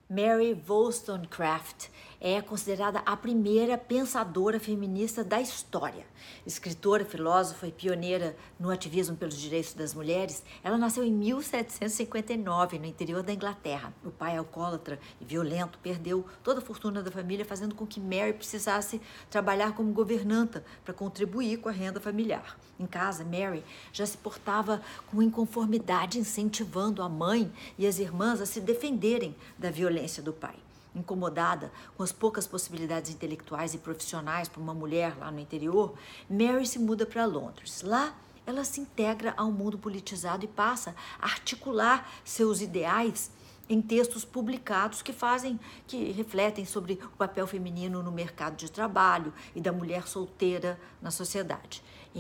Mary Wollstonecraft é considerada a primeira pensadora feminista da história. Escritora, filósofa e pioneira no ativismo pelos direitos das mulheres, ela nasceu em 1759, no interior da Inglaterra. O pai, alcoólatra e violento, perdeu toda a fortuna da família, fazendo com que Mary precisasse trabalhar como governanta para contribuir com a renda familiar. Em casa, Mary já se portava com inconformidade, incentivando a mãe e as irmãs a se defenderem da violência do pai. Incomodada com as poucas possibilidades intelectuais e profissionais para uma mulher lá no interior, Mary se muda para Londres. Lá, ela se integra ao mundo politizado e passa a articular seus ideais em textos publicados que refletem sobre o papel feminino no mercado de trabalho e da mulher solteira na sociedade. Em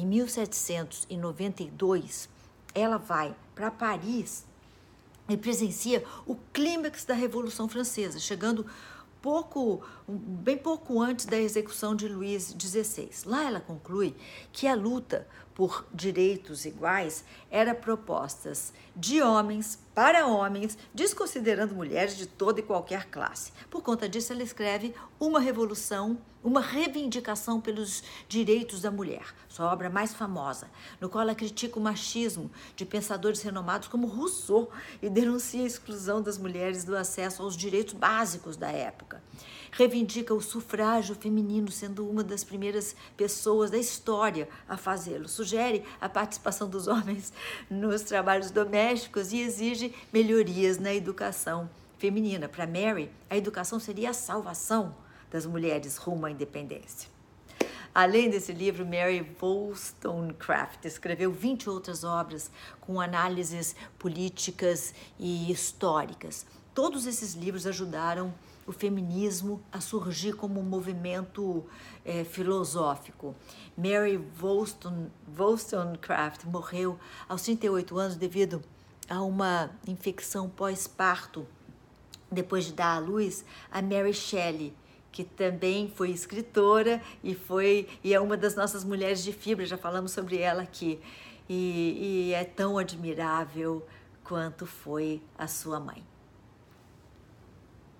1792, ela vai para Paris e presencia o clímax da Revolução Francesa, chegando bem pouco antes da execução de Luís XVI. Lá ela conclui que a luta por direitos iguais era proposta de homens para homens, desconsiderando mulheres de toda e qualquer classe. Por conta disso, ela escreve uma revolução, uma reivindicação pelos direitos da mulher, sua obra mais famosa, no qual ela critica o machismo de pensadores renomados como Rousseau e denuncia a exclusão das mulheres do acesso aos direitos básicos da época. Reivindica o sufrágio feminino, sendo uma das primeiras pessoas da história a fazê-lo. Sugere a participação dos homens nos trabalhos domésticos e exige melhorias na educação feminina. Para Mary, a educação seria a salvação das mulheres rumo à independência. Além desse livro, Mary Wollstonecraft escreveu 20 outras obras com análises políticas e históricas. Todos esses livros ajudaram o feminismo a surgir como um movimento filosófico. Mary Wollstonecraft morreu aos 38 anos devido a uma infecção pós-parto, depois de dar à luz a Mary Shelley, que também foi escritora e é uma das nossas mulheres de fibra, já falamos sobre ela aqui, e é tão admirável quanto foi a sua mãe.